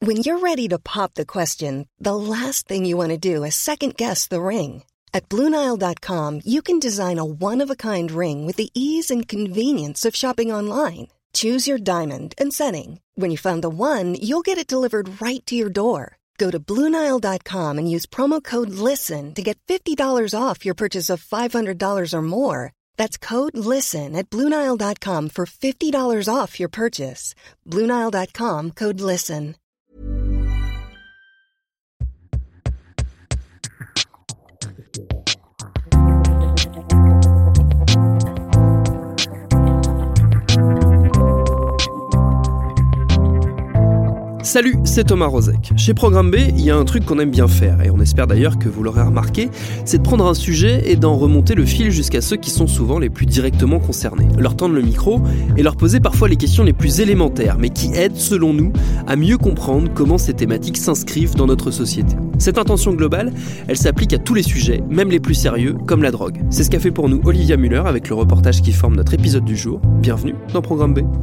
When you're ready to pop the question, the last thing you want to do is second-guess the ring. At BlueNile.com, you can design a one-of-a-kind ring with the ease and convenience of shopping online. Choose your diamond and setting. When you find the one, you'll get it delivered right to your door. Go to BlueNile.com and use promo code LISTEN to get $50 off your purchase of $500 or more. That's code LISTEN at BlueNile.com for $50 off your purchase. BlueNile.com, code LISTEN. Salut, c'est Thomas Rozek. Chez Programme B, il y a un truc qu'on aime bien faire, et on espère d'ailleurs que vous l'aurez remarqué, c'est de prendre un sujet et d'en remonter le fil jusqu'à ceux qui sont souvent les plus directement concernés. Leur tendre le micro et leur poser parfois les questions les plus élémentaires, mais qui aident, selon nous, à mieux comprendre comment ces thématiques s'inscrivent dans notre société. Cette intention globale, elle s'applique à tous les sujets, même les plus sérieux, comme la drogue. C'est ce qu'a fait pour nous Olivia Muller avec le reportage qui forme notre épisode du jour. Bienvenue dans Programme B.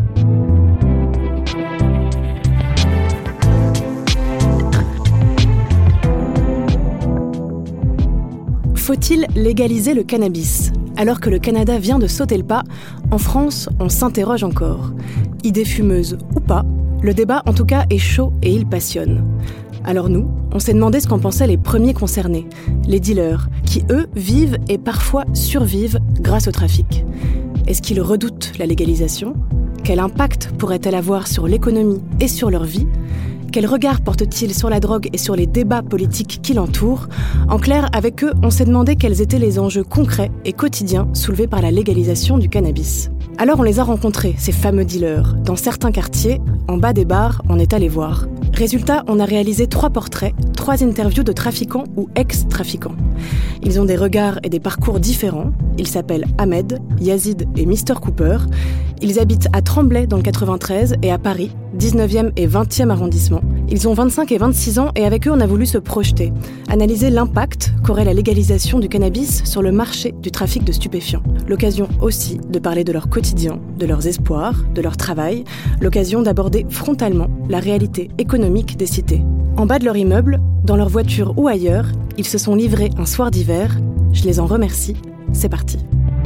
Faut-il légaliser le cannabis ? Alors que le Canada vient de sauter le pas, en France, on s'interroge encore. Idée fumeuse ou pas, le débat en tout cas est chaud et il passionne. Alors nous, on s'est demandé ce qu'en pensaient les premiers concernés, les dealers, qui eux vivent et parfois survivent grâce au trafic. Est-ce qu'ils redoutent la légalisation ? Quel impact pourrait-elle avoir sur l'économie et sur leur vie ? Quel regard porte-t-il sur la drogue et sur les débats politiques qui l'entourent ? En clair, avec eux, on s'est demandé quels étaient les enjeux concrets et quotidiens soulevés par la légalisation du cannabis. Alors on les a rencontrés, ces fameux dealers. Dans certains quartiers, en bas des bars, on est allé voir. Résultat, on a réalisé 3 portraits, 3 interviews de trafiquants ou ex-trafiquants. Ils ont des regards et des parcours différents. Ils s'appellent Ahmed, Yazid et Mr Cooper. Ils habitent à Tremblay dans le 93 et à Paris, 19e et 20e arrondissement. Ils ont 25 et 26 ans et avec eux on a voulu se projeter, analyser l'impact qu'aurait la légalisation du cannabis sur le marché du trafic de stupéfiants. L'occasion aussi de parler de leur quotidien, de leurs espoirs, de leur travail, l'occasion d'aborder frontalement la réalité économique des cités. En bas de leur immeuble, dans leur voiture ou ailleurs, ils se sont livrés un soir d'hiver. Je les en remercie. C'est parti.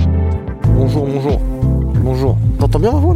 Bonjour. T'entends bien ma voix là ?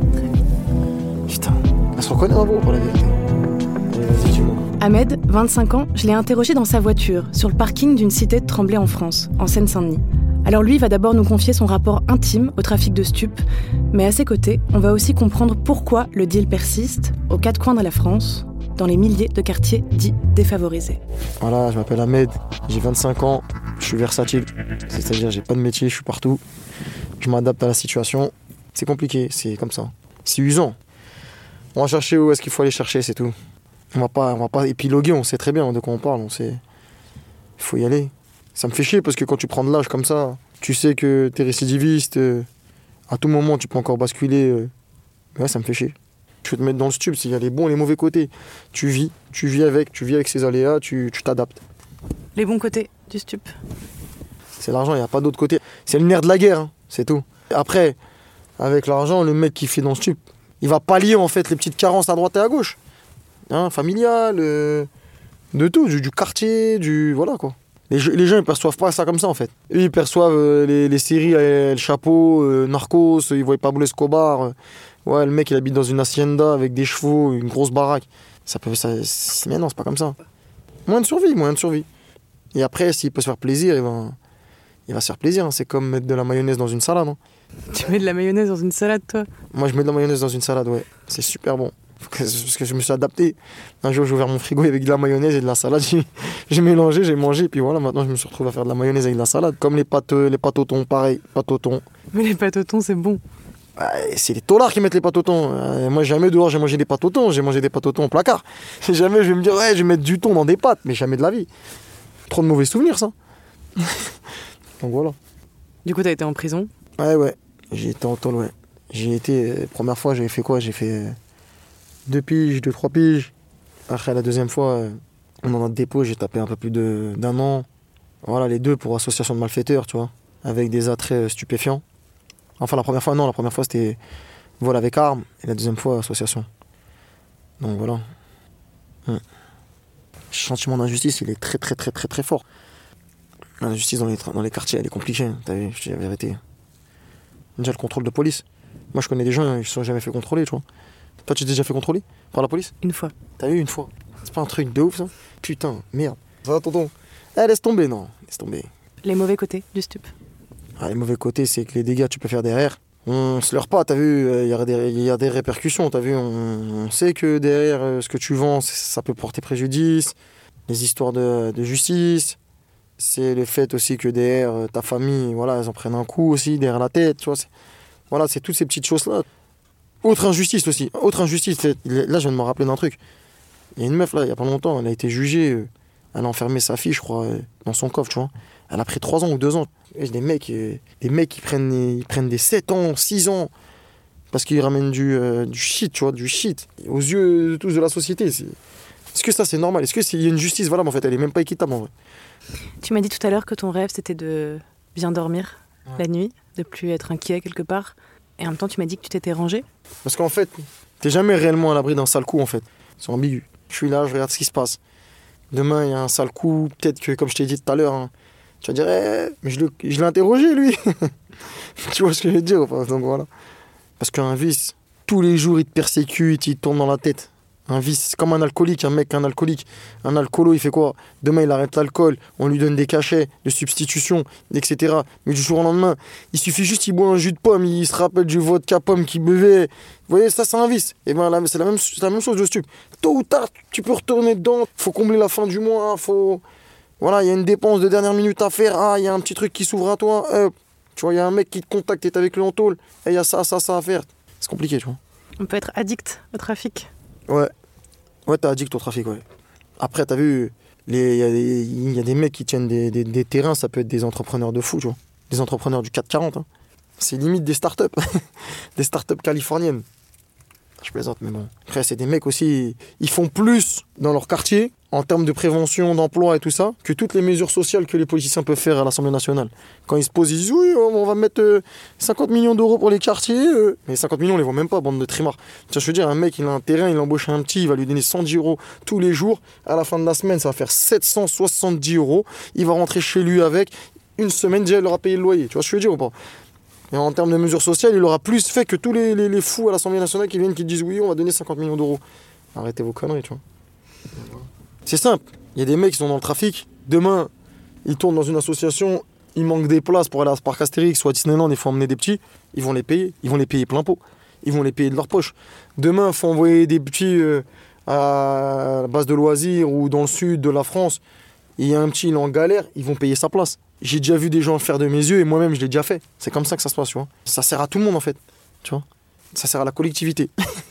Putain, elle se reconnaît ma voix pour la vérité. Allez, vas-y, dis-moi. Ahmed, 25 ans, je l'ai interrogé dans sa voiture, sur le parking d'une cité de Tremblay en France, en Seine-Saint-Denis. Alors lui va d'abord nous confier son rapport intime au trafic de stupes, mais à ses côtés, on va aussi comprendre pourquoi le deal persiste, aux 4 coins de la France, dans les milliers de quartiers dits défavorisés. Voilà, je m'appelle Ahmed, j'ai 25 ans, je suis versatile, c'est-à-dire j'ai pas de métier, je suis partout, je m'adapte à la situation. C'est compliqué, c'est comme ça, c'est usant. On va chercher où est-ce qu'il faut aller chercher, c'est tout. On va pas épiloguer, on sait très bien de quoi on parle, il faut y aller. Ça me fait chier parce que quand tu prends de l'âge comme ça, tu sais que t'es récidiviste, à tout moment tu peux encore basculer. Ouais, ça me fait chier. Tu veux te mettre dans le stup, s'il y a les bons et les mauvais côtés. Tu vis avec ces aléas, tu t'adaptes. Les bons côtés du stup. C'est l'argent, il n'y a pas d'autre côté. C'est le nerf de la guerre, hein, c'est tout. Après, avec l'argent, le mec qui fait dans le stup, il va pallier en fait les petites carences à droite et à gauche. Hein, familial, de tout, du quartier, voilà quoi. Les gens ils perçoivent pas ça comme ça en fait. Eux ils perçoivent les séries, le chapeau, Narcos, ils voient Pablo Escobar. Ouais, le mec il habite dans une hacienda avec des chevaux, une grosse baraque. Mais non, c'est pas comme ça. Moyen de survie. Et après, s'il peut se faire plaisir, il va se faire plaisir. Hein. C'est comme mettre de la mayonnaise dans une salade. Hein. Tu mets de la mayonnaise dans une salade, toi ? Moi, je mets de la mayonnaise dans une salade, ouais. C'est super bon. Parce que je me suis adapté. Un jour, j'ai ouvert mon frigo avec de la mayonnaise et de la salade. J'ai mélangé, j'ai mangé. Et puis voilà, maintenant, je me suis retrouvé à faire de la mayonnaise avec de la salade. Comme les pâtes au thon, pareil, pâtes au thon. Mais les pâtes au thon, c'est bon. C'est les taulards qui mettent les pâtes au thon. Moi, jamais dehors, j'ai mangé des pâtes au thon. J'ai mangé des pâtes au thon au placard. Jamais je vais me dire, ouais, je vais mettre du thon dans des pâtes. Mais jamais de la vie. Trop de mauvais souvenirs, ça. Donc voilà. Du coup, t'as été en prison ? Ouais. J'ai été en tôle, ouais. J'ai été... Première fois, j'avais fait quoi ? J'ai fait 2 piges, 3 piges. Après, la deuxième fois, on en a dépôt, j'ai tapé un peu plus d'un an. Voilà, les 2 pour association de malfaiteurs, tu vois. Avec des attraits stupéfiants. Enfin, la première fois, c'était vol avec arme. Et la deuxième fois, association. Donc voilà. Le sentiment d'injustice, il est très très très très très fort. La justice dans les quartiers, elle est compliquée, hein. T'as vu, je te dis la vérité. Déjà le contrôle de police. Moi je connais des gens, ils se sont jamais fait contrôler, tu vois. Toi tu t'es déjà fait contrôler par la police? Une fois. T'as vu une fois? C'est pas un truc de ouf ça? Putain, merde. Ça va tonton? Laisse tomber, non, laisse tomber. Les mauvais côtés du stup. Les mauvais côtés, c'est que les dégâts tu peux faire derrière. On se leurre pas, t'as vu, il y a des répercussions, t'as vu, on sait que derrière ce que tu vends, ça peut porter préjudice. Les histoires de justice, c'est le fait aussi que derrière ta famille, voilà, elles en prennent un coup aussi, derrière la tête, tu vois. Voilà, c'est toutes ces petites choses-là. Autre injustice aussi, là je viens de me rappeler d'un truc. Il y a une meuf là, il y a pas longtemps, elle a été jugée, elle a enfermé sa fille, je crois, dans son coffre, tu vois. Elle a pris 3 ans ou 2 ans. Et des mecs qui prennent des 7 ans, 6 ans, parce qu'ils ramènent du shit, tu vois, du shit. Aux yeux de tous de la société, est-ce que ça c'est normal? Est-ce qu'il y a une justice valable en fait? Elle est même pas équitable en vrai. Tu m'as dit tout à l'heure que ton rêve c'était de bien dormir la nuit, de plus être inquiet quelque part. Et en même temps tu m'as dit que tu t'étais rangé. Parce qu'en fait, t'es jamais réellement à l'abri d'un sale coup en fait. C'est ambigu. Je suis là, je regarde ce qui se passe. Demain il y a un sale coup, peut-être que comme je t'ai dit tout à l'heure, hein, tu vas dire, mais je l'ai interrogé lui. Tu vois ce que je veux dire? Donc voilà. Parce qu'un vice, tous les jours il te persécute, il te tourne dans la tête. Un vice, c'est comme un alcoolique, un alcoolique. Un alcoolo, il fait quoi? Demain, il arrête l'alcool, on lui donne des cachets, de substitution, etc. Mais du jour au lendemain, il suffit juste qu'il boit un jus de pomme, il se rappelle du vodka pomme qu'il buvait. Vous voyez, ça, c'est un vice. Et bien là, c'est la même chose de stup. Tôt ou tard, tu peux retourner dedans, faut combler la fin du mois, voilà, il y a une dépense de dernière minute à faire, il y a un petit truc qui s'ouvre à toi, tu vois, il y a un mec qui te contacte, t'es avec lui en tôle, et il y a ça à faire. C'est compliqué, tu vois. On peut être addict au trafic. Ouais, t'es addict au trafic, ouais. Après, t'as vu, il y a des mecs qui tiennent des terrains, ça peut être des entrepreneurs de fou, tu vois. Des entrepreneurs du 440, hein. C'est limite des startups, des startups californiennes. Je plaisante, mais bon. Après, c'est des mecs aussi, ils font plus dans leur quartier, en termes de prévention, d'emploi et tout ça, que toutes les mesures sociales que les politiciens peuvent faire à l'Assemblée nationale. Quand ils se posent, ils disent oui, on va mettre 50 millions d'euros pour les quartiers. Mais 50 millions, on les voit même pas, bande de trimards. Tiens, je veux dire, un mec, il a un terrain, il embauche un petit, il va lui donner 110 euros tous les jours. À la fin de la semaine, ça va faire 770 euros. Il va rentrer chez lui avec. Une semaine, déjà, il aura payé le loyer. Tu vois ce que je veux dire ou pas? Et en termes de mesures sociales, il aura plus fait que tous les fous à l'Assemblée nationale qui viennent, qui disent oui, on va donner 50 millions d'euros. Arrêtez vos conneries, tu vois. C'est simple. Il y a des mecs qui sont dans le trafic. Demain, ils tournent dans une association, il manque des places pour aller à ce parc Astérix ou à Disneyland, il faut emmener des petits. Ils vont les payer. Ils vont les payer plein pot. Ils vont les payer de leur poche. Demain, il faut envoyer des petits à la base de loisirs ou dans le sud de la France. Il y a un petit, il est en galère, ils vont payer sa place. J'ai déjà vu des gens le faire de mes yeux et moi-même, je l'ai déjà fait. C'est comme ça que ça se passe, tu vois. Ça sert à tout le monde, en fait. Tu vois. Ça sert à la collectivité.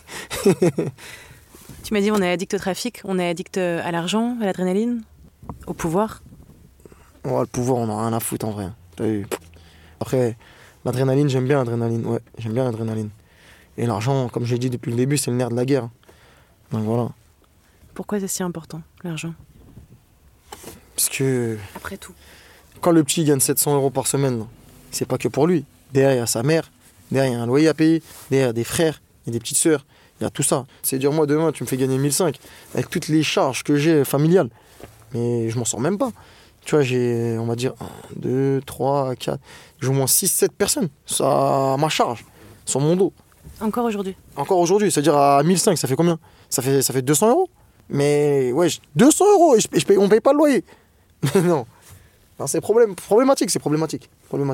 Tu m'as dit on est addict au trafic, on est addict à l'argent, à l'adrénaline, au pouvoir. Ouais, le pouvoir, on en a rien à foutre en vrai. Après, l'adrénaline, j'aime bien l'adrénaline. Ouais, j'aime bien l'adrénaline. Et l'argent, comme j'ai dit depuis le début, c'est le nerf de la guerre. Donc voilà. Pourquoi c'est si important, l'argent? Parce que... Après tout. Quand le petit gagne 700 euros par semaine, c'est pas que pour lui. Derrière, il y a sa mère, derrière, il y a un loyer à payer, derrière, des frères, il y a des petites sœurs. Il y a tout ça. C'est dire, moi, demain, tu me fais gagner 1005 avec toutes les charges que j'ai familiales. Mais je m'en sors même pas. Tu vois, j'ai, on va dire, 1, 2, 3, 4, j'ai au moins 6, 7 personnes. Ça, à ma charge, sur mon dos. Encore aujourd'hui? Encore aujourd'hui. C'est-à-dire, à 1005, ça fait combien? Ça fait 200 euros. Mais, ouais, 200 euros et on paye pas le loyer. Non. Non, c'est problématique, c'est problématique.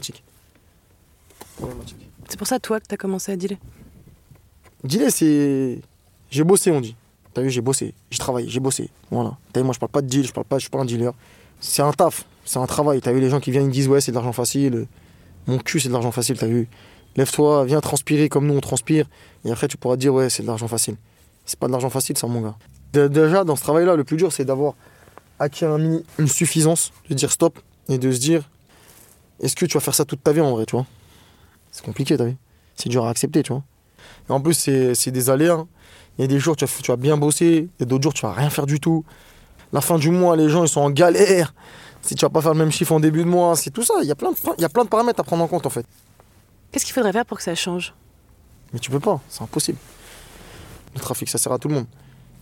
C'est pour ça, toi, que t'as commencé à dealer? Dealer, c'est... J'ai bossé, on dit. T'as vu, j'ai bossé, j'ai travaillé, j'ai bossé. Voilà. T'as vu, moi, je parle pas de deal, je suis pas un dealer. C'est un taf, c'est un travail. T'as vu, les gens qui viennent, ils disent, ouais, c'est de l'argent facile. Mon cul, c'est de l'argent facile, t'as vu. Lève-toi, viens transpirer comme nous, on transpire. Et après, tu pourras dire, ouais, c'est de l'argent facile. C'est pas de l'argent facile, ça, mon gars. Déjà, dans ce travail-là, le plus dur, c'est d'avoir acquis une suffisance, de dire stop, et de se dire, est-ce que tu vas faire ça toute ta vie, en vrai, tu vois. C'est compliqué, t'as vu. C'est dur à accepter, tu vois. Et en plus, c'est des aléas. Hein. Il y a des jours, tu vas bien bosser, et d'autres jours, tu vas rien faire du tout. La fin du mois, les gens, ils sont en galère. Si tu vas pas faire le même chiffre en début de mois, c'est tout ça. Il y a plein de paramètres à prendre en compte, en fait. Qu'est-ce qu'il faudrait faire pour que ça change? Mais tu peux pas, c'est impossible. Le trafic, ça sert à tout le monde.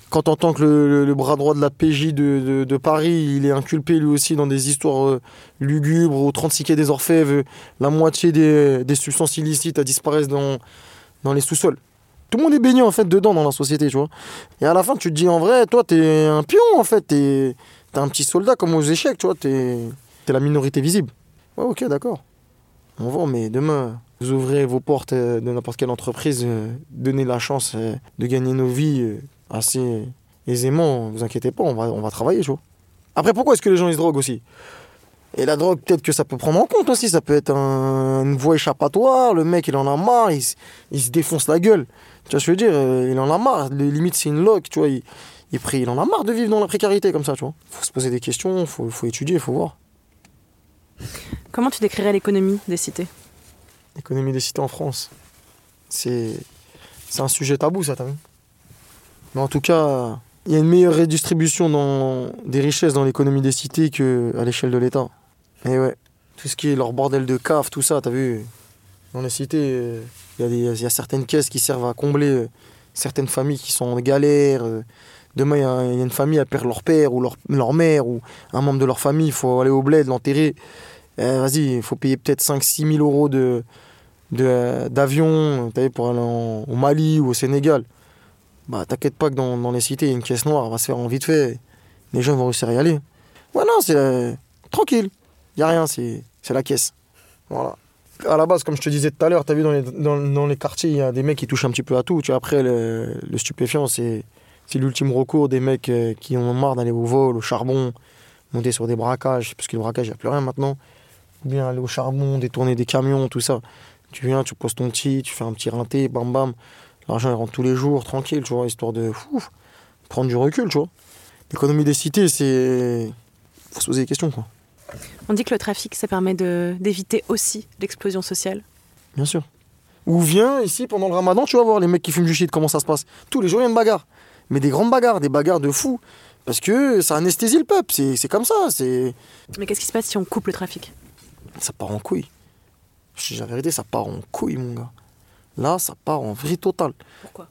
Quand t'entends que le bras droit de la PJ de Paris, il est inculpé lui aussi dans des histoires lugubres, au 36 quai des Orfèvres, la moitié des substances illicites disparaissent dans les sous-sols. Tout le monde est baigné en fait dedans dans la société, tu vois. Et à la fin, tu te dis en vrai, toi t'es un pion en fait, t'es un petit soldat comme aux échecs, tu vois, t'es la minorité visible. Ouais, ok, d'accord. On va, mais demain, vous ouvrez vos portes de n'importe quelle entreprise, donnez la chance de gagner nos vies assez aisément, vous inquiétez pas, on va travailler, tu vois. Après, pourquoi est-ce que les gens ils se droguent aussi? Et la drogue, peut-être que ça peut prendre en compte aussi, ça peut être une voie échappatoire, le mec il en a marre, il se défonce la gueule. Tu vois ce que je veux dire, il en a marre, limite c'est une loque, tu vois, il en a marre de vivre dans la précarité comme ça, tu vois. Faut se poser des questions, faut étudier, faut voir. Comment tu décrirais l'économie des cités? L'économie des cités en France, c'est un sujet tabou ça, t'as vu. Mais en tout cas, il y a une meilleure redistribution des richesses dans l'économie des cités qu'à l'échelle de l'État. Et ouais, tout ce qui est leur bordel de cave, tout ça, t'as vu, dans les cités, il y a certaines caisses qui servent à combler certaines familles qui sont en galère. Demain, il y a une famille, elle perd leur père ou leur mère ou un membre de leur famille, il faut aller au bled, l'enterrer. Vas-y, il faut payer peut-être 5-6 000 euros d'avion pour aller au Mali ou au Sénégal. Bah, t'inquiète pas que dans les cités, il y a une caisse noire, elle va se faire en vite fait. Les gens vont réussir à y aller. Ouais, non, c'est tranquille. Il n'y a rien, c'est la caisse. Voilà. À la base, comme je te disais tout à l'heure, t'as vu dans les quartiers, il y a des mecs qui touchent un petit peu à tout. Tu vois, après, le stupéfiant, c'est l'ultime recours des mecs qui en ont marre d'aller au vol, au charbon, monter sur des braquages, parce que le braquage, il n'y a plus rien maintenant. Ou bien aller au charbon, détourner des camions, tout ça. Tu viens, tu poses ton petit, tu fais un petit rinté, bam bam. L'argent, il rentre tous les jours, tranquille, tu vois, histoire de prendre du recul, tu vois. L'économie des cités, c'est... Faut se poser des questions, quoi. On dit que le trafic, ça permet d'éviter aussi l'explosion sociale. Bien sûr. Ou viens ici, pendant le ramadan, tu vas voir les mecs qui fument du shit, comment ça se passe. Tous les jours, il y a une bagarre. Mais des grandes bagarres, des bagarres de fous. Parce que ça anesthésie le peuple, c'est comme ça, c'est... Mais qu'est-ce qui se passe si on coupe le trafic? Ça part en couille. Je dis la vérité, ça part en couille, mon gars. Là, ça part en vrille totale. Pourquoi?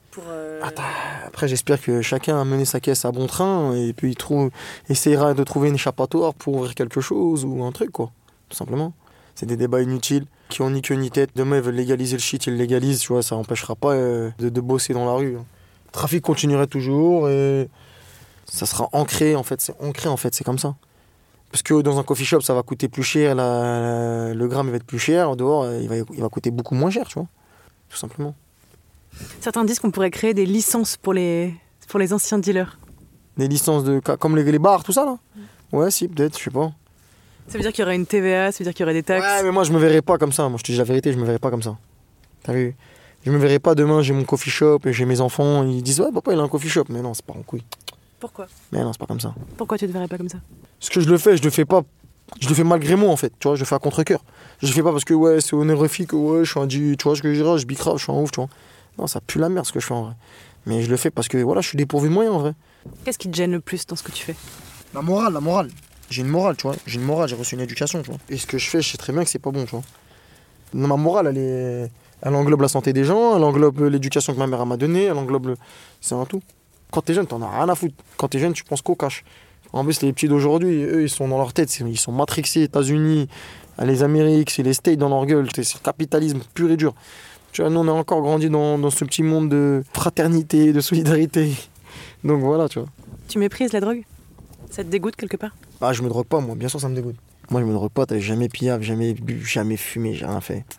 Après, j'espère que chacun a mené sa caisse à bon train et puis essaiera de trouver une échappatoire pour ouvrir quelque chose ou un truc, quoi. Tout simplement. C'est des débats inutiles qui ont ni queue ni tête. Demain, ils veulent légaliser le shit, ils le légalisent, tu vois, ça n'empêchera pas de bosser dans la rue. Le trafic continuerait toujours et ça sera ancré, en fait. C'est ancré, en fait, c'est comme ça. Parce que dans un coffee shop, ça va coûter plus cher, le gramme il va être plus cher, dehors, il va coûter beaucoup moins cher, tu vois. Tout simplement. Certains disent qu'on pourrait créer des licences pour les anciens dealers. Des licences comme les bars, tout ça là. Ouais, si, peut-être, je sais pas. Ça veut dire qu'il y aurait une TVA, ça veut dire qu'il y aurait des taxes. Ouais, mais moi je me verrais pas comme ça. Moi je te dis la vérité, je me verrais pas comme ça. T'as vu? Je me verrais pas demain, j'ai mon coffee shop et j'ai mes enfants, ils disent ouais, papa il a un coffee shop. Mais non, c'est pas en couille. Pourquoi? Mais non, c'est pas comme ça. Pourquoi tu te verrais pas comme ça? Parce que je le fais pas. Je le fais malgré moi en fait, tu vois, je le fais à contre-cœur. Je le fais pas parce que ouais, c'est honorifique, ouais, je suis un tu vois ce que je dirais, je bicrave, je suis un ouf, tu vois. Non, ça pue la merde ce que je fais en vrai. Mais je le fais parce que voilà, je suis dépourvu de moyens en vrai. Qu'est-ce qui te gêne le plus dans ce que tu fais? La morale. J'ai une morale, tu vois. J'ai une morale, j'ai reçu une éducation, tu vois. Et ce que je fais, je sais très bien que c'est pas bon, tu vois. Non, ma morale, elle englobe la santé des gens, elle englobe l'éducation que ma mère m'a donnée, elle englobe c'est un tout. Quand t'es jeune, t'en as rien à foutre. Quand t'es jeune, tu penses qu'au cash. En plus, les petits d'aujourd'hui, eux, ils sont dans leur tête, ils sont matrixés, États-Unis, les Amériques, c'est les States dans leur gueule, c'est le capitalisme pur et dur. Tu vois, nous, on a encore grandi dans ce petit monde de fraternité, de solidarité. Donc voilà, tu vois. Tu méprises la drogue? Ça te dégoûte quelque part? Ah, je me drogue pas, moi, bien sûr, ça me dégoûte. Moi, je me drogue pas, t'as jamais pillé, jamais bu, jamais fumé, j'ai rien fait.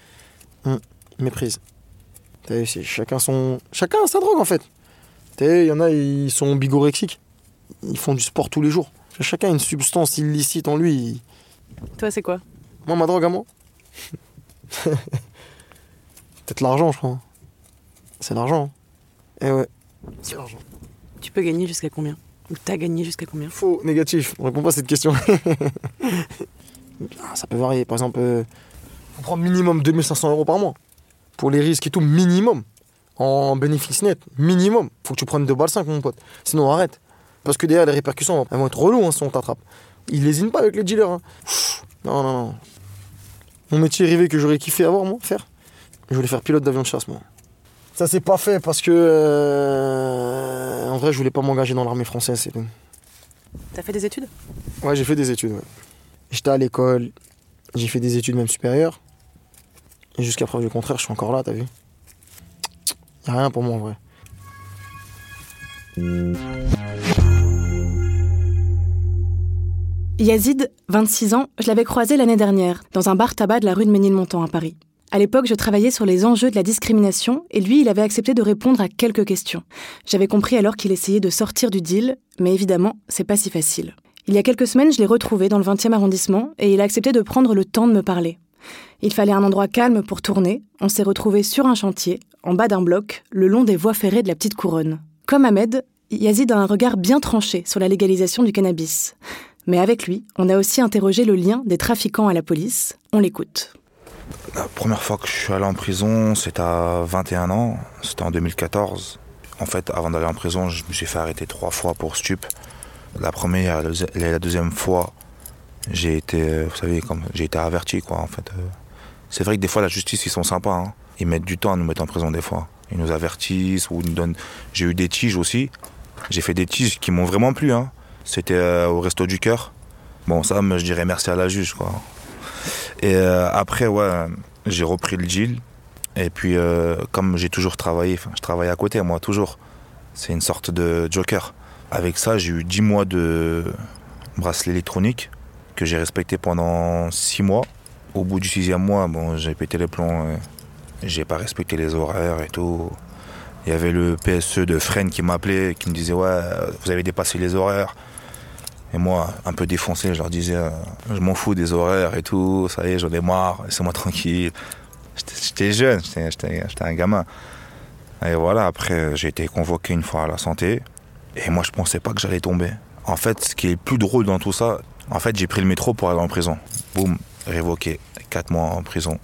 Méprise. T'as vu, chacun a sa drogue, en fait. T'as vu, il y en a, ils sont bigorexiques. Ils font du sport tous les jours. Chacun a une substance illicite en lui. Toi, c'est quoi? Moi, ma drogue à moi peut-être l'argent, je crois. C'est l'argent. Eh ouais, c'est l'argent. Tu peux gagner jusqu'à combien? Ou t'as gagné jusqu'à combien? Faux, négatif. On répond pas à cette question. Ça peut varier. Par exemple, on prend minimum 2500 € par mois. Pour les risques et tout, minimum. En bénéfice net, minimum. Faut que tu prennes 2,5 balles, mon pote. Sinon, arrête. Parce que derrière, les répercussions, elles vont être reloues si on t'attrape. Ils lésinent pas avec les dealers. Hein. Non. Mon métier rêvé que j'aurais kiffé avoir, moi, faire. Je voulais faire pilote d'avion de chasse, moi. Ça s'est pas fait parce que en vrai je voulais pas m'engager dans l'armée française, c'est tout. T'as fait des études ? Ouais, j'ai fait des études, ouais. J'étais à l'école, j'ai fait des études même supérieures. Et jusqu'à preuve du contraire, je suis encore là, t'as vu. Y'a rien pour moi en vrai. Yazid, 26 ans, je l'avais croisé l'année dernière, dans un bar-tabac de la rue de Ménilmontant à Paris. À l'époque, je travaillais sur les enjeux de la discrimination et lui, il avait accepté de répondre à quelques questions. J'avais compris alors qu'il essayait de sortir du deal, mais évidemment, c'est pas si facile. Il y a quelques semaines, je l'ai retrouvé dans le 20e arrondissement et il a accepté de prendre le temps de me parler. Il fallait un endroit calme pour tourner. On s'est retrouvés sur un chantier, en bas d'un bloc, le long des voies ferrées de la Petite Couronne. Comme Ahmed, Yazid a un regard bien tranché sur la légalisation du cannabis. Mais avec lui, on a aussi interrogé le lien des trafiquants à la police. On l'écoute. La première fois que je suis allé en prison, c'était à 21 ans, c'était en 2014. En fait, avant d'aller en prison, je me suis fait arrêter 3 fois pour stup. La première et la deuxième fois, j'ai été, vous savez, j'ai été averti, quoi, en fait. C'est vrai que des fois, la justice, ils sont sympas, hein. Ils mettent du temps à nous mettre en prison, des fois. Ils nous avertissent ou ils nous donnent... J'ai eu des tiges aussi. J'ai fait des tiges qui m'ont vraiment plu, hein. C'était au Resto du Cœur. Bon, ça, je dirais merci à la juge, quoi. Et après, ouais, j'ai repris le deal. Et puis, comme j'ai toujours travaillé, je travaille à côté, moi, toujours. C'est une sorte de joker. Avec ça, j'ai eu 10 mois de bracelet électronique que j'ai respecté pendant 6 mois. Au bout du 6e mois, bon, j'ai pété les plombs. J'ai pas respecté les horaires et tout. Il y avait le PSE de Fresnes qui m'appelait, qui me disait « Ouais, vous avez dépassé les horaires ». Et moi, un peu défoncé, je leur disais « Je m'en fous des horaires et tout, ça y est, j'en ai marre, laissez-moi tranquille ». J'étais jeune, j'étais un gamin. Et voilà, après, j'ai été convoqué une fois à la santé. Et moi, je pensais pas que j'allais tomber. En fait, ce qui est le plus drôle dans tout ça, en fait, j'ai pris le métro pour aller en prison. Boum, révoqué, 4 mois en prison.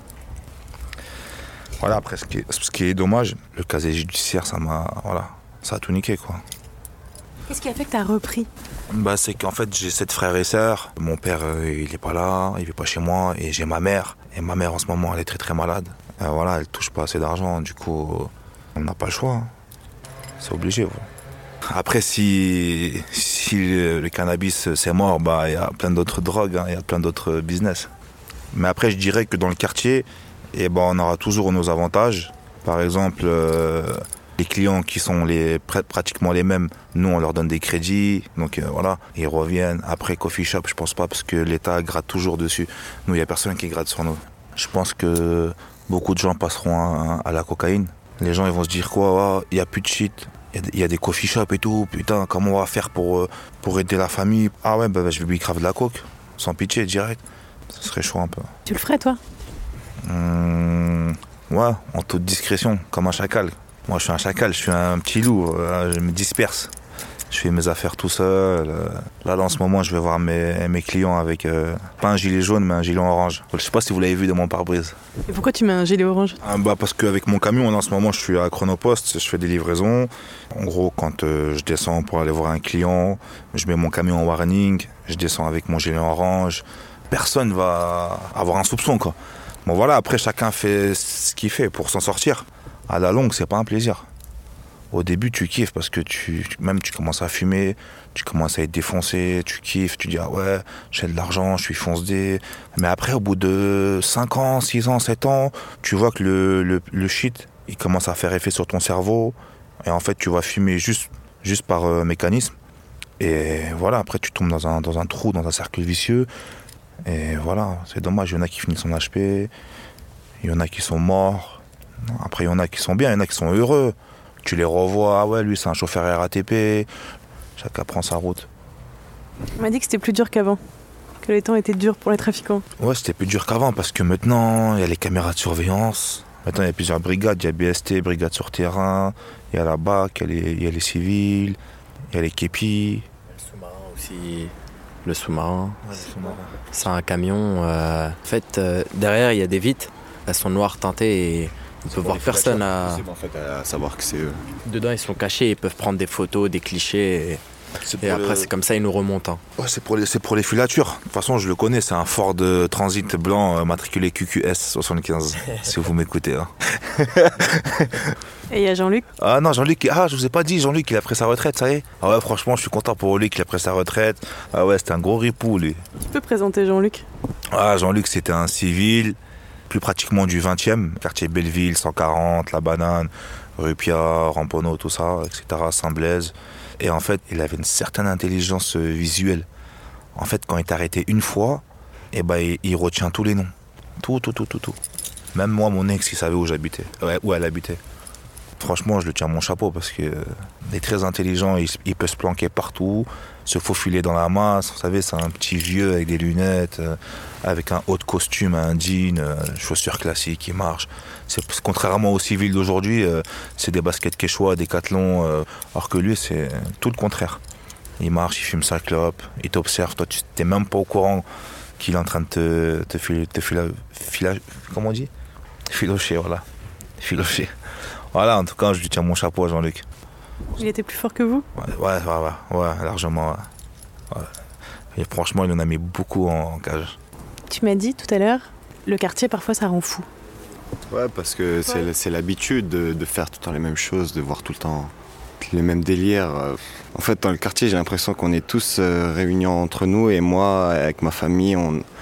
Voilà, après, ce qui est dommage, le casier judiciaire, ça a tout niqué, quoi. Qu'est-ce qui a fait que t'as repris ? C'est qu'en fait, j'ai 7 frères et sœurs. Mon père, il est pas là, il vit pas chez moi. Et j'ai ma mère. Et ma mère, en ce moment, elle est très très malade. Voilà, elle touche pas assez d'argent. Du coup, on n'a pas le choix, hein. C'est obligé, voilà. Après, si le cannabis, c'est mort, il y a plein d'autres drogues, hein, il y a plein d'autres business. Mais après, je dirais que dans le quartier, on aura toujours nos avantages. Par exemple, les clients qui sont pratiquement les mêmes, nous, on leur donne des crédits. Donc voilà, ils reviennent. Après, coffee shop, je pense pas, parce que l'État gratte toujours dessus. Nous, il n'y a personne qui gratte sur nous. Je pense que beaucoup de gens passeront à la cocaïne. Les gens, ils vont se dire quoi, il n'y a plus de shit. Il y a des coffee shops et tout, putain, comment on va faire pour aider la famille ? Ah ouais, je vais lui grave de la coke, sans pitié, direct. Ce serait chaud un peu. Tu le ferais, toi ? Ouais, en toute discrétion, comme un chacal. Moi, je suis un chacal, je suis un petit loup, je me disperse. Je fais mes affaires tout seul. Là, en ce moment, je vais voir mes clients avec, pas un gilet jaune, mais un gilet orange. Je sais pas si vous l'avez vu dans mon pare-brise. Et pourquoi tu mets un gilet orange ? Parce qu'avec mon camion, en ce moment, je suis à Chronopost, je fais des livraisons. En gros, quand je descends pour aller voir un client, je mets mon camion en warning, je descends avec mon gilet orange. Personne va avoir un soupçon, quoi. Bon, voilà, après, chacun fait ce qu'il fait pour s'en sortir. À la longue, c'est pas un plaisir. Au début, tu kiffes parce que tu commences à fumer, tu commences à être défoncé, tu kiffes, tu dis « Ah ouais, j'ai de l'argent, je suis fonce-dé ». Mais après, au bout de 5 ans, 6 ans, 7 ans, tu vois que le shit, il commence à faire effet sur ton cerveau. Et en fait, tu vas fumer juste par mécanisme. Et voilà, après, tu tombes dans un trou, dans un cercle vicieux. Et voilà, c'est dommage, il y en a qui finissent en HP, il y en a qui sont morts. Après, il y en a qui sont bien, il y en a qui sont heureux. Tu les revois, ah ouais, lui c'est un chauffeur RATP, chacun prend sa route. On m'a dit que c'était plus dur qu'avant, que les temps étaient durs pour les trafiquants. Ouais, c'était plus dur qu'avant parce que maintenant, il y a les caméras de surveillance. Maintenant, il y a plusieurs brigades, il y a BST, brigade sur terrain, il y a la BAC, il y a les civils, il y a les képis. Le sous-marin aussi, le sous-marin. Ouais, le sous-marin. C'est un camion, en fait, derrière il y a des vitres, elles sont noires teintées et on peut voir personne à savoir que c'est eux. Dedans ils sont cachés, ils peuvent prendre des photos, des clichés. Et après, c'est comme ça, il nous remonte. Hein. Ouais, c'est pour les filatures. De toute façon, je le connais, c'est un Ford Transit blanc matriculé QQS 75, si vous m'écoutez. Hein. Et il y a Jean-Luc. Ah non, Jean-Luc, je vous ai pas dit, Jean-Luc, il a pris sa retraite, ça y est. Ah ouais, franchement, je suis content pour lui qu'il a pris sa retraite. Ah ouais, c'était un gros ripou, lui. Tu peux présenter Jean-Luc? Ah, Jean-Luc, c'était un civil, plus pratiquement du 20e, quartier Belleville, 140, La Banane, rue Pierre, Ramponneau, tout ça, etc., Saint-Blaise. Et en fait, il avait une certaine intelligence visuelle. En fait, quand il est arrêté une fois, il retient tous les noms. Tout. Même moi, mon ex, il savait où j'habitais, où elle habitait. Franchement, je le tiens à mon chapeau parce qu'il est très intelligent, il peut se planquer partout, se faufiler dans la masse. Vous savez, c'est un petit vieux avec des lunettes, avec un haut de costume, un jean, chaussures classiques, il marche. Contrairement aux civils d'aujourd'hui, c'est des baskets Quechua, des Decathlon, alors que lui, c'est tout le contraire. Il marche, il fume sa clope, il t'observe, toi, tu n'es même pas au courant qu'il est en train de te comment on dit? Filocher, voilà. Filocher. Voilà, en tout cas, je lui tiens mon chapeau à Jean-Luc. Il était plus fort que vous? Ouais, largement. Ouais. Et franchement, il en a mis beaucoup en cage. Tu m'as dit tout à l'heure, le quartier, parfois, ça rend fou. Ouais, parce que c'est l'habitude de faire tout le temps les mêmes choses, de voir tout le temps les mêmes délires. En fait, dans le quartier, j'ai l'impression qu'on est tous réunis entre nous, et moi, avec ma famille,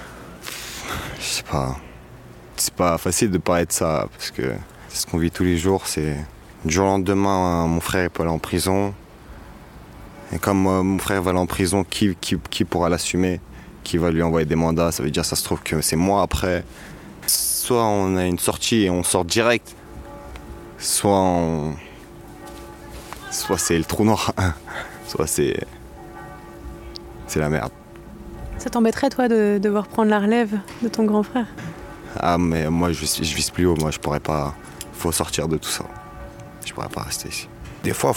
je sais pas. C'est pas facile de parler de ça, parce que c'est ce qu'on vit tous les jours. C'est du jour au lendemain, mon frère peut aller en prison. Et comme mon frère va aller en prison, qui pourra l'assumer? Qui va lui envoyer des mandats? Ça veut dire, ça se trouve que c'est moi après. Soit on a une sortie et on sort direct, soit c'est le trou noir, soit c'est la merde. Ça t'embêterait, toi, de devoir prendre la relève de ton grand frère? Ah, mais moi, je vise plus haut. Moi, je pourrais pas. Faut sortir de tout ça. Je pourrais pas rester ici. Des fois,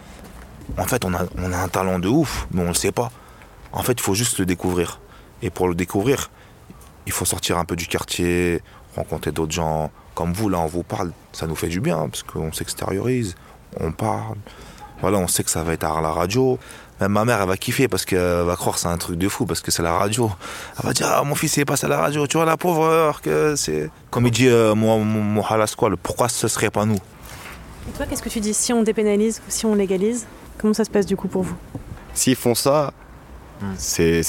en fait, on a un talent de ouf, mais on le sait pas. En fait, il faut juste le découvrir. Et pour le découvrir, il faut sortir un peu du quartier, rencontrer d'autres gens. Comme vous, là, on vous parle, ça nous fait du bien, parce qu'on s'extériorise, on parle. Voilà, on sait que ça va être à la radio. Même ma mère, elle va kiffer parce qu'elle va croire que c'est un truc de fou, parce que c'est la radio. Elle va dire, mon fils, il passe à la radio, tu vois, la pauvre, que c'est... Comme il dit, mon halas, quoi, pourquoi ce serait pas nous? Et toi, qu'est-ce que tu dis? Si on dépénalise ou si on légalise, comment ça se passe du coup pour vous? S'ils font ça, c'est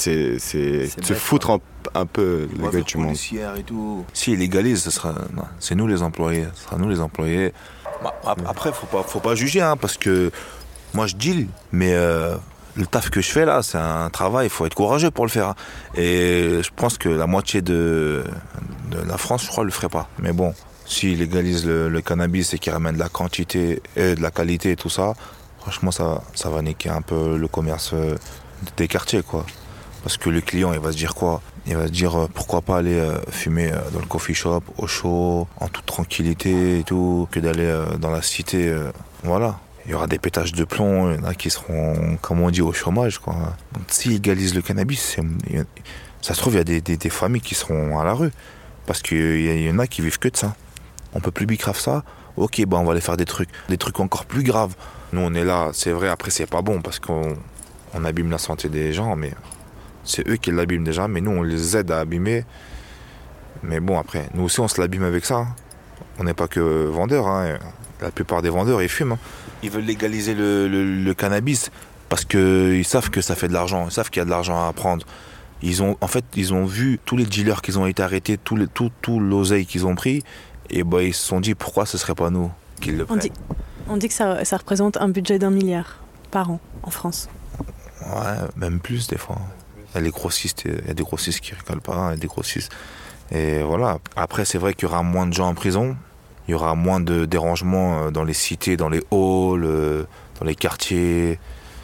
se foutre un peu la gueule du monde. Et tout. S'ils légalisent, c'est nous les employés. Ce sera nous les employés. Après, faut pas juger, hein, parce que moi je deal, mais le taf que je fais là, c'est un travail, il faut être courageux pour le faire. Et je pense que la moitié de la France, je crois, le ferait pas. Mais bon, s'ils légalisent le cannabis et qu'ils ramènent de la quantité et de la qualité et tout ça, franchement, ça va niquer un peu le commerce des quartiers, quoi. Parce que le client, il va se dire quoi? Il va se dire pourquoi pas aller fumer dans le coffee shop, au chaud, en toute tranquillité et tout, que d'aller dans la cité. Voilà. Il y aura des pétages de plomb, il y en a qui seront, comme on dit, au chômage, quoi. Donc s'ils légalisent le cannabis, ça se trouve, il y a des familles qui seront à la rue. Parce qu'il y en a qui vivent que de ça. On peut plus bicrave ça. Ok, on va aller faire des trucs encore plus graves. Nous, on est là, c'est vrai, après, c'est pas bon parce qu'on abîme la santé des gens, mais c'est eux qui l'abîment déjà, mais nous, on les aide à abîmer. Mais bon, après, nous aussi, on se l'abîme avec ça. On n'est pas que vendeurs, hein. La plupart des vendeurs, ils fument. Hein. Ils veulent légaliser le cannabis parce qu'ils savent que ça fait de l'argent, ils savent qu'il y a de l'argent à prendre. Ils ont vu tous les dealers qui ont été arrêtés, tout l'oseille qu'ils ont pris, et ils se sont dit pourquoi ce serait pas nous qui le prennent. On dit que ça représente un budget d'1 milliard par an en France. Ouais, même plus des fois. Il y a des grossistes qui rigolent pas, il y a des grossistes. Et voilà. Après, c'est vrai qu'il y aura moins de gens en prison, il y aura moins de dérangements dans les cités, dans les halls, dans les quartiers.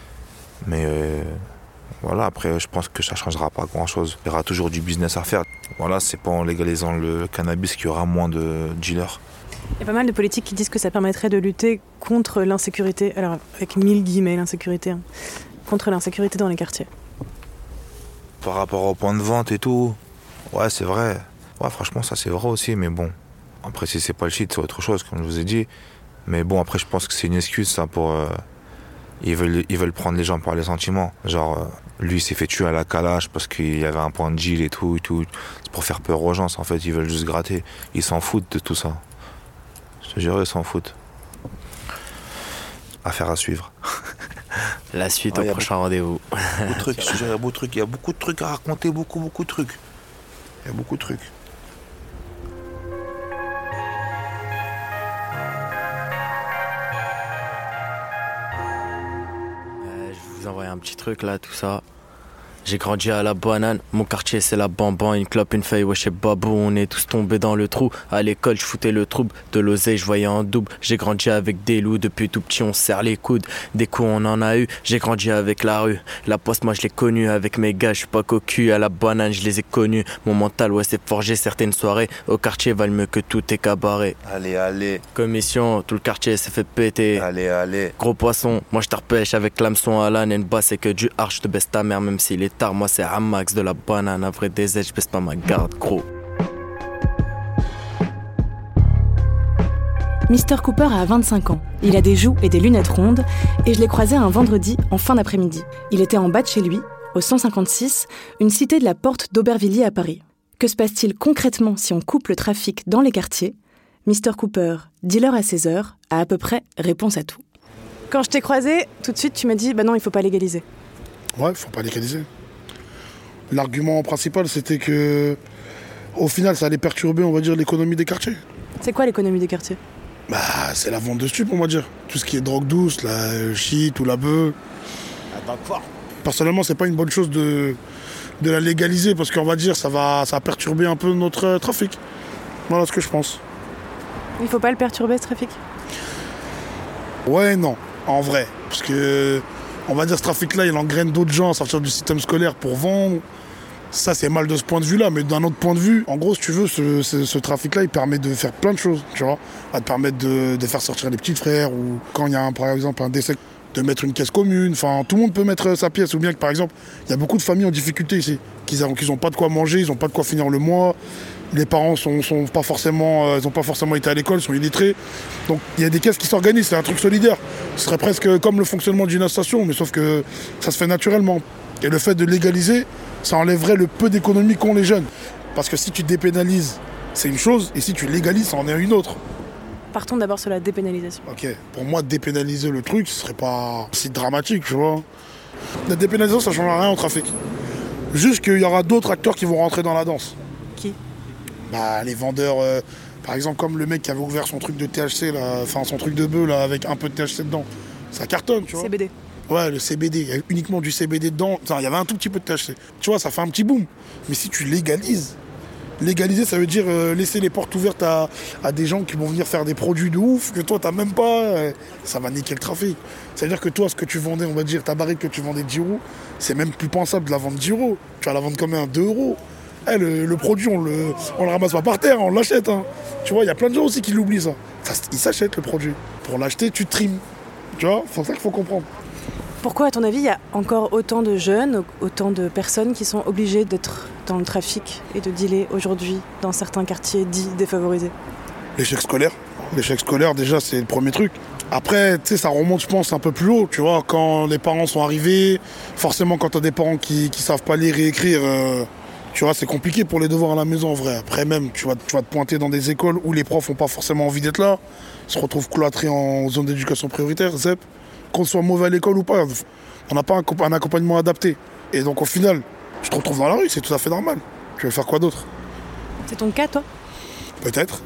Mais voilà, après, je pense que ça changera pas grand-chose. Il y aura toujours du business à faire. Voilà, c'est pas en légalisant le cannabis qu'il y aura moins de dealers. Il y a pas mal de politiques qui disent que ça permettrait de lutter contre l'insécurité, alors avec 1000 guillemets l'insécurité, hein, contre l'insécurité dans les quartiers. Par rapport au point de vente et tout, ouais, c'est vrai. Ouais, franchement, ça c'est vrai aussi, mais bon. Après, si c'est pas le shit, c'est autre chose, comme je vous ai dit. Mais bon, après, je pense que c'est une excuse, ça, pour ils veulent prendre les gens par les sentiments. Genre, lui, il s'est fait tuer à la calache parce qu'il y avait un point de deal et tout. C'est pour faire peur aux gens, en fait, ils veulent juste gratter. Ils s'en foutent de tout ça. Je te jure, ils s'en foutent. Affaire à suivre. La suite au prochain rendez-vous. Beaucoup de trucs, il y a beaucoup de trucs à raconter, beaucoup de trucs. Il y a beaucoup de trucs. Je vais vous envoyer un petit truc là, tout ça. J'ai grandi à la banane, mon quartier c'est la bamban, une clope, une feuille, wesh babou, on est tous tombés dans le trou. À l'école je foutais le trouble, de l'oseille je voyais en double. J'ai grandi avec des loups, depuis tout petit on serre les coudes. Des coups on en a eu, j'ai grandi avec la rue. La poste moi je l'ai connue, avec mes gars je suis pas cocu. À la banane je les ai connus, mon mental ouais c'est forgé. Certaines soirées au quartier valent mieux que tout est cabaret. Allez. Commission, tout le quartier s'est fait péter. Allez. Gros poisson, moi je te repêche avec l'hameçon à l'âne. Une basse c'est que du arche, je te baisse ta mère même s'il est tard. Moi c'est un max de la banane, un vrai DZ, je baisse pas ma garde gros. Mr Cooper a 25 ans. Il a des joues et des lunettes rondes et je l'ai croisé un vendredi en fin d'après-midi. Il était en bas de chez lui, au 156, une cité de la Porte d'Aubervilliers à Paris. Que se passe-t-il concrètement si on coupe le trafic dans les quartiers ? Mr Cooper, dealer à 16 heures, a à peu près réponse à tout. Quand je t'ai croisé, tout de suite tu m'as dit non, il faut pas légaliser. Ouais, faut pas légaliser. L'argument principal, c'était que, au final, ça allait perturber, on va dire, l'économie des quartiers. C'est quoi l'économie des quartiers ? C'est la vente de stupes, on va dire. Tout ce qui est drogue douce, la shit ou la bœuf. Personnellement, c'est pas une bonne chose de la légaliser parce qu'on va dire ça va perturber un peu notre trafic. Voilà ce que je pense. Il faut pas le perturber, ce trafic ? Ouais, non, en vrai. Parce que, on va dire, ce trafic-là, il engraine d'autres gens à sortir du système scolaire pour vendre. Ça, c'est mal de ce point de vue-là, mais d'un autre point de vue, en gros, si tu veux, ce trafic-là, il permet de faire plein de choses, tu vois. Il va te permettre de faire sortir les petits frères, ou quand il y a, par exemple, un décès, de mettre une caisse commune. Enfin, tout le monde peut mettre sa pièce. Ou bien que, par exemple, il y a beaucoup de familles en difficulté ici, qui n'ont pas de quoi manger, ils n'ont pas de quoi finir le mois. Les parents sont pas forcément, ils n'ont pas forcément été à l'école, sont illettrés. Donc il y a des caisses qui s'organisent, c'est un truc solidaire. Ce serait presque comme le fonctionnement d'une association, mais sauf que ça se fait naturellement. Et le fait de légaliser, ça enlèverait le peu d'économie qu'ont les jeunes. Parce que si tu dépénalises, c'est une chose, et si tu légalises, ça en est une autre. Partons d'abord sur la dépénalisation. Ok, pour moi, dépénaliser le truc, ce serait pas si dramatique, tu vois. La dépénalisation, ça ne changera rien au trafic. Juste qu'il y aura d'autres acteurs qui vont rentrer dans la danse. Qui ? Les vendeurs, par exemple, comme le mec qui avait ouvert son truc de THC, là, enfin son truc de bœuf là, avec un peu de THC dedans. Ça cartonne, tu vois. CBD. Ouais, le CBD, il y a uniquement du CBD dedans. Enfin, il y avait un tout petit peu de THC. Tu vois, ça fait un petit boom. Mais si tu légalises, ça veut dire laisser les portes ouvertes à des gens qui vont venir faire des produits de ouf que toi, t'as même pas. Ça va niquer le trafic. C'est-à-dire que toi, ce que tu vendais, on va dire, ta barrique que tu vendais 10 €, c'est même plus pensable de la vendre 10 €. Tu vas la vendre combien ? 2 €. Le produit, on le ramasse pas par terre, on l'achète. Hein. Tu vois, il y a plein de gens aussi qui l'oublient, ça. Ils s'achètent le produit. Pour l'acheter, tu trimes. Tu vois, c'est ça qu'il faut comprendre. Pourquoi, à ton avis, il y a encore autant de jeunes, autant de personnes qui sont obligées d'être dans le trafic et de dealer aujourd'hui dans certains quartiers dits défavorisés ? L'échec scolaire. L'échec scolaire, déjà, c'est le premier truc. Après, tu sais, ça remonte, je pense, un peu plus haut. Tu vois, quand les parents sont arrivés, forcément, quand t'as des parents qui savent pas lire et écrire... Tu vois, c'est compliqué pour les devoirs à la maison en vrai. Après même, tu vas te pointer dans des écoles où les profs n'ont pas forcément envie d'être là, se retrouvent cloîtrés en zone d'éducation prioritaire, ZEP. Qu'on soit mauvais à l'école ou pas, on n'a pas un accompagnement adapté. Et donc au final, tu te retrouves dans la rue, c'est tout à fait normal. Tu veux faire quoi d'autre ? C'est ton cas, toi ? Peut-être.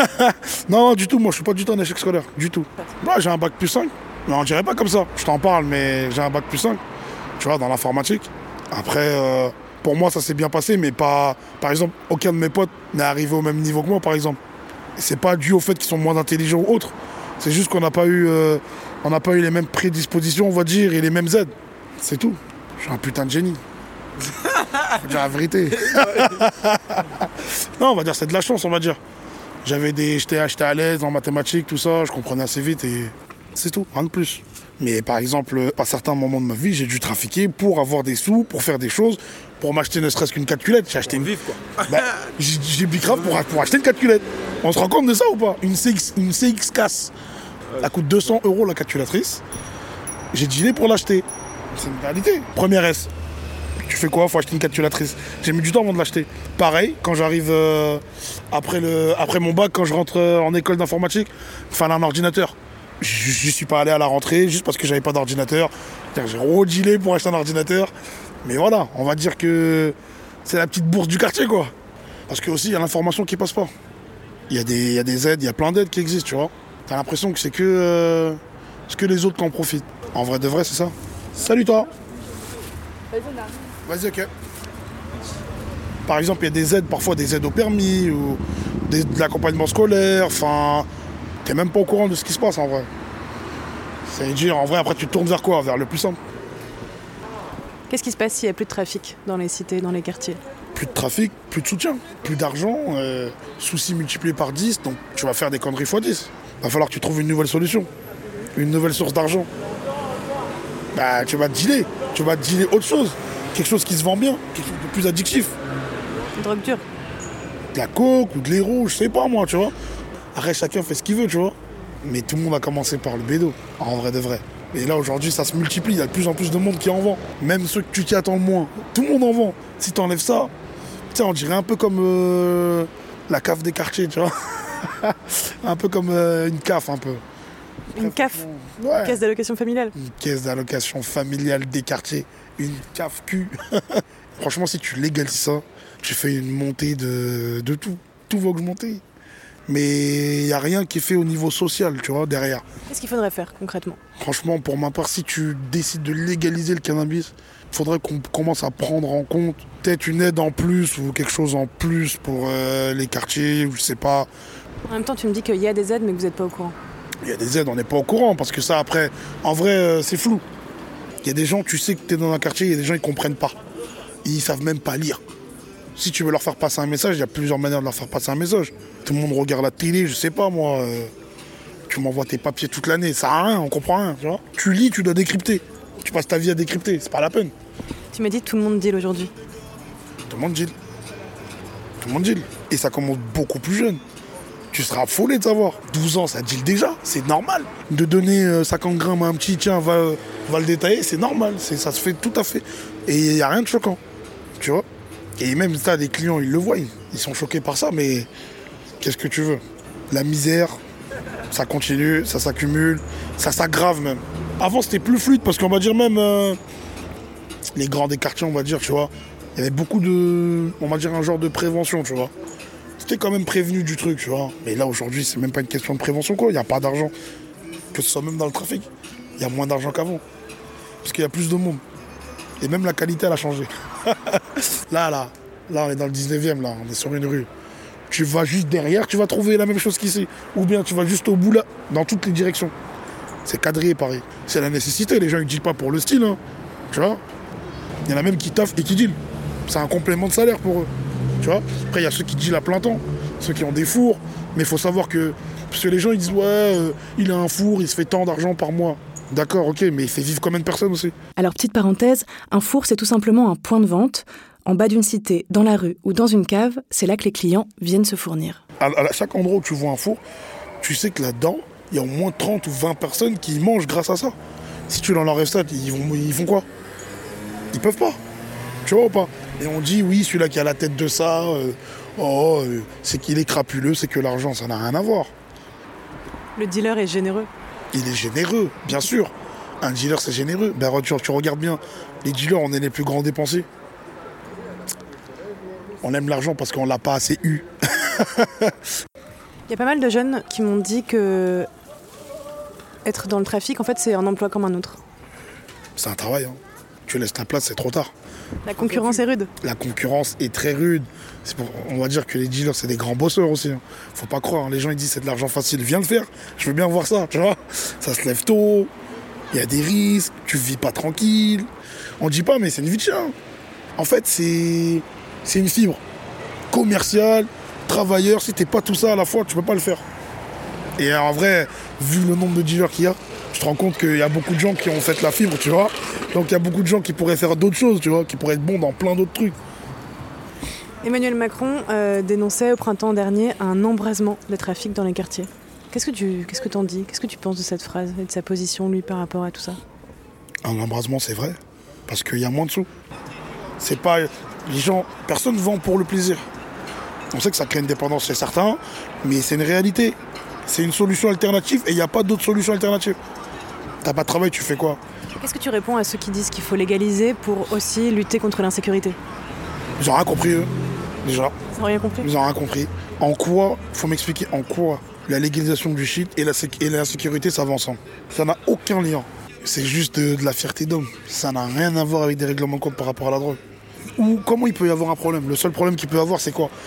Non, du tout, moi je suis pas du tout en échec scolaire, du tout. Moi j'ai un bac plus 5, mais on dirait pas comme ça. Je t'en parle, mais j'ai un bac plus 5, tu vois, dans l'informatique. Après... Pour moi, ça s'est bien passé, mais pas... Par exemple, aucun de mes potes n'est arrivé au même niveau que moi, par exemple. C'est pas dû au fait qu'ils sont moins intelligents ou autres. C'est juste qu'on n'a pas eu les mêmes prédispositions, on va dire, et les mêmes aides. C'est tout. Je suis un putain de génie. Faut dire la vérité. Non, on va dire c'est de la chance, on va dire. J'étais à l'aise en mathématiques, tout ça, je comprenais assez vite et c'est tout, rien de plus. Mais par exemple, à certains moments de ma vie, j'ai dû trafiquer pour avoir des sous, pour faire des choses, pour m'acheter ne serait-ce qu'une calculette. J'ai acheté une vivre, quoi. J'ai bicrave pour acheter une calculette. On se rend compte de ça ou pas ? Une CX casse. Elle coûte 200 € la calculatrice. J'ai dealé pour l'acheter. C'est une réalité. Première S. Tu fais quoi? Faut acheter une calculatrice. J'ai mis du temps avant de l'acheter. Pareil, quand j'arrive après mon bac, quand je rentre en école d'informatique, il fallait un ordinateur. Je suis pas allé à la rentrée juste parce que j'avais pas d'ordinateur. J'ai redealé pour acheter un ordinateur. Mais voilà, on va dire que c'est la petite bourse du quartier, quoi. Parce que aussi, il y a l'information qui passe pas. Il y a des aides, il y a plein d'aides qui existent, tu vois. T'as l'impression que c'est que les autres qui en profitent. En vrai de vrai, c'est ça. Salut toi. Vas-y, ok. Par exemple, il y a des aides, parfois des aides au permis ou de l'accompagnement scolaire. Enfin, t'es même pas au courant de ce qui se passe en vrai. C'est-à-dire, en vrai, après, tu te tournes vers quoi? Vers le plus simple. Qu'est-ce qui se passe s'il n'y a plus de trafic dans les cités, dans les quartiers? Plus de trafic, plus de soutien, plus d'argent, soucis multipliés par 10, donc tu vas faire des conneries x 10. Va falloir que tu trouves une nouvelle solution, une nouvelle source d'argent. Bah, tu vas dealer autre chose, quelque chose qui se vend bien, quelque chose de plus addictif. Une drogue dure. De la coke ou de l'héro, je sais pas moi, tu vois. Après, chacun fait ce qu'il veut, tu vois. Mais tout le monde a commencé par le bédo, en vrai de vrai. Et là, aujourd'hui, ça se multiplie, il y a de plus en plus de monde qui en vend. Même ceux que tu t'y attends le moins, tout le monde en vend. Si t'enlèves ça, on dirait un peu comme la CAF des quartiers, tu vois. Un peu comme une CAF, un peu. Une CAF, ouais. Caisse d'allocation familiale. Une caisse d'allocation familiale des quartiers. Une CAF Q. Franchement, si tu légalises ça, tu fais une montée de tout. Tout va augmenter. Mais il n'y a rien qui est fait au niveau social, tu vois, derrière. Qu'est-ce qu'il faudrait faire concrètement? Franchement, pour ma part, si tu décides de légaliser le cannabis, il faudrait qu'on commence à prendre en compte peut-être une aide en plus ou quelque chose en plus pour les quartiers, ou je sais pas. En même temps, tu me dis qu'il y a des aides, mais que vous n'êtes pas au courant. Il y a des aides, on n'est pas au courant, parce que ça, après, en vrai, c'est flou. Il y a des gens, tu sais que tu es dans un quartier, il y a des gens, ils comprennent pas. Ils savent même pas lire. Si tu veux leur faire passer un message, il y a plusieurs manières de leur faire passer un message. Tout le monde regarde la télé, je sais pas moi. Tu m'envoies tes papiers toute l'année, ça sert à rien, on comprend rien, tu vois. Tu lis, tu dois décrypter. Tu passes ta vie à décrypter, c'est pas la peine. Tu m'as dit que tout le monde deal aujourd'hui. Tout le monde deal. Tout le monde deal. Et ça commence beaucoup plus jeune. Tu seras affolé de savoir. 12 ans, ça deal déjà, c'est normal. De donner 50 grammes à un petit, tiens, va le détailler, c'est normal. Ça se fait tout à fait. Et il n'y a rien de choquant, tu vois. Et même ça, des clients, ils le voient, ils sont choqués par ça, mais qu'est-ce que tu veux? La misère, ça continue, ça s'accumule, ça s'aggrave même. Avant, c'était plus fluide, parce qu'on va dire même les grands des quartiers, on va dire, tu vois, il y avait beaucoup de, on va dire, un genre de prévention, tu vois. C'était quand même prévenu du truc, tu vois. Mais là, aujourd'hui, c'est même pas une question de prévention, quoi. Il n'y a pas d'argent. Que ce soit même dans le trafic, il y a moins d'argent qu'avant. Parce qu'il y a plus de monde. Et même la qualité, elle a changé. Là, on est dans le 19e, là, on est sur une rue. Tu vas juste derrière, tu vas trouver la même chose qu'ici. Ou bien tu vas juste au bout, là, dans toutes les directions. C'est quadrillé, pareil. C'est la nécessité, les gens, ils dealent pas pour le style, hein. Tu vois. Il y en a même qui taffent et qui dealent. C'est un complément de salaire pour eux. Tu vois. Après, il y a ceux qui dealent à plein temps, ceux qui ont des fours. Mais il faut savoir que... Parce que les gens, ils disent, ouais, il a un four, il se fait tant d'argent par mois. D'accord, ok, mais il fait vivre combien de personnes aussi? Alors, petite parenthèse, un four, c'est tout simplement un point de vente. En bas d'une cité, dans la rue ou dans une cave, c'est là que les clients viennent se fournir. À chaque endroit où tu vois un four, tu sais que là-dedans, il y a au moins 30 ou 20 personnes qui mangent grâce à ça. Si tu leur enlèves ça, ils font quoi? Ils peuvent pas. Tu vois ou pas? Et on dit, oui, celui-là qui a la tête de ça, c'est qu'il est crapuleux, c'est que l'argent, ça n'a rien à voir. Le dealer est généreux. Il est généreux, bien sûr. Un dealer, c'est généreux. Ben, tu regardes bien, les dealers, on est les plus grands dépensiers. On aime l'argent parce qu'on l'a pas assez eu. Il y a pas mal de jeunes qui m'ont dit que être dans le trafic, en fait, c'est un emploi comme un autre. C'est un travail, hein. Tu laisses ta place, c'est trop tard. La concurrence est rude. La concurrence est très rude. On va dire que les dealers, c'est des grands bosseurs aussi, hein. Faut pas croire, hein. Les gens ils disent c'est de l'argent facile, viens le faire. Je veux bien voir ça, tu vois. Ça se lève tôt, il y a des risques, tu vis pas tranquille. On dit pas, mais c'est une vie de chien. En fait, c'est une fibre commerciale, travailleur. Si t'es pas tout ça à la fois, tu peux pas le faire. Et en vrai, vu le nombre de dealers qu'il y a, tu te rends compte qu'il y a beaucoup de gens qui ont fait la fibre, tu vois. Donc il y a beaucoup de gens qui pourraient faire d'autres choses, tu vois, qui pourraient être bons dans plein d'autres trucs. Emmanuel Macron dénonçait au printemps dernier un embrasement des trafics dans les quartiers. Qu'est-ce que t'en dis? Qu'est-ce que tu penses de cette phrase et de sa position, lui, par rapport à tout ça? Un embrasement, c'est vrai, parce qu'il y a moins de sous. C'est pas... Les gens, personne ne vend pour le plaisir. On sait que ça crée une dépendance chez certains, mais c'est une réalité. C'est une solution alternative et il n'y a pas d'autre solution alternative. T'as pas de travail, tu fais quoi? Qu'est-ce que tu réponds à ceux qui disent qu'il faut légaliser pour aussi lutter contre l'insécurité? Ils ont rien compris, eux, déjà. Ils n'ont rien compris? Ils ont rien compris. En quoi, faut m'expliquer en quoi la légalisation du shit et la sécurité, ça va ensemble. Ça n'a aucun lien. C'est juste de la fierté d'homme. Ça n'a rien à voir avec des règlements de compte par rapport à la drogue. Ou comment il peut y avoir un problème? Le seul problème qu'il peut y avoir, c'est quoi?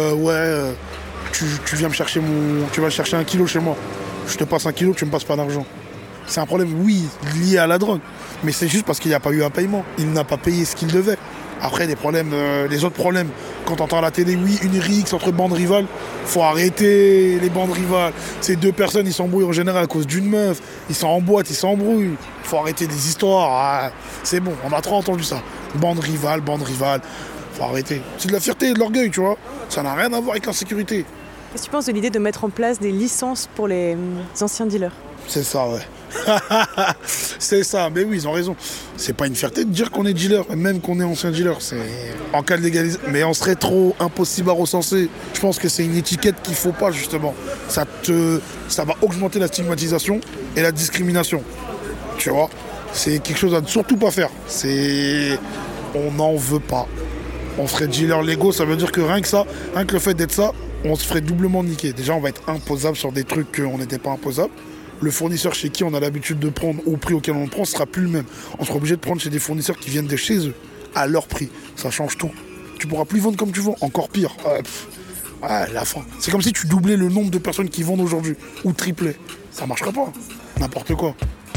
Tu viens me chercher tu vas chercher 1 kilo chez moi. Je te passe 1 kilo, tu me passes pas d'argent. C'est un problème, oui, lié à la drogue. Mais c'est juste parce qu'il n'y a pas eu un paiement. Il n'a pas payé ce qu'il devait. Après, les autres problèmes, quand t'entends à la télé, oui, une rixe entre bandes rivales, faut arrêter les bandes rivales. Ces 2 personnes, ils s'embrouillent en général à cause d'une meuf. Ils sont en boîte, ils s'embrouillent. Faut arrêter des histoires. Ah, c'est bon, on a trop entendu ça. Bande rivale. Faut arrêter. C'est de la fierté et de l'orgueil, tu vois. Ça n'a rien à voir avec l'insécurité. Qu'est-ce que tu penses de l'idée de mettre en place des licences pour les anciens dealers? C'est ça, ouais. C'est ça, mais oui, ils ont raison. C'est pas une fierté de dire qu'on est dealer, même qu'on est ancien dealer. C'est en cas de légalisation. Mais on serait trop impossible à recenser. Je pense que c'est une étiquette qu'il faut pas, justement. Ça va augmenter la stigmatisation et la discrimination. Tu vois? C'est quelque chose à ne surtout pas faire. On n'en veut pas. On serait dealer légaux, ça veut dire que rien que le fait d'être ça, on se ferait doublement niquer. Déjà, on va être imposable sur des trucs qu'on n'était pas imposable. Le fournisseur chez qui on a l'habitude de prendre au prix auquel on le prend sera plus le même. On sera obligé de prendre chez des fournisseurs qui viennent de chez eux, à leur prix. Ça change tout. Tu pourras plus vendre comme tu veux, encore pire. La fin. C'est comme si tu doublais le nombre de personnes qui vendent aujourd'hui, ou triplais. Ça marchera pas. N'importe quoi.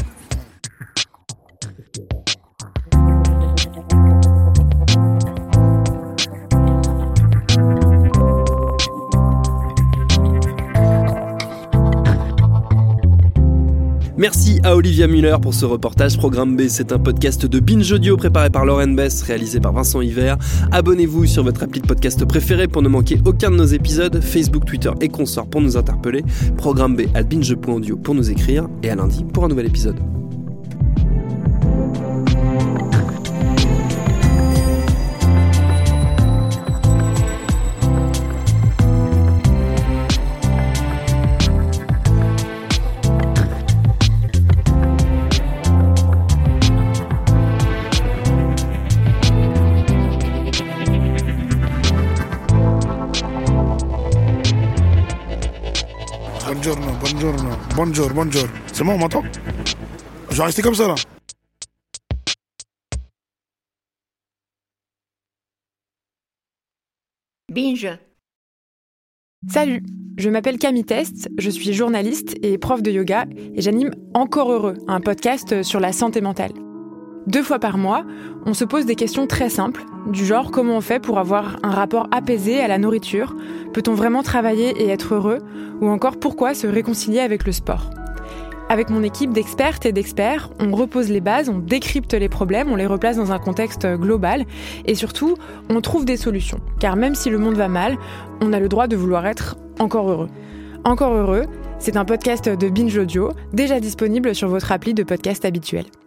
Merci à Olivia Muller pour ce reportage. Programme B, c'est un podcast de Binge Audio préparé par Lauren Bess, réalisé par Vincent Hiver. Abonnez-vous sur votre appli de podcast préféré pour ne manquer aucun de nos épisodes. Facebook, Twitter et consorts pour nous interpeller. Programme B à binge.audio pour nous écrire. Et à lundi pour un nouvel épisode. Bonjour. C'est bon, on m'entend? Je vais rester comme ça, là. Binge. Salut, je m'appelle Camille Test, je suis journaliste et prof de yoga et j'anime Encore Heureux, un podcast sur la santé mentale. 2 fois par mois, on se pose des questions très simples, du genre comment on fait pour avoir un rapport apaisé à la nourriture, peut-on vraiment travailler et être heureux, ou encore pourquoi se réconcilier avec le sport. Avec mon équipe d'expertes et d'experts, on repose les bases, on décrypte les problèmes, on les replace dans un contexte global et surtout, on trouve des solutions. Car même si le monde va mal, on a le droit de vouloir être encore heureux. Encore Heureux, c'est un podcast de Binge Audio, déjà disponible sur votre appli de podcast habituel.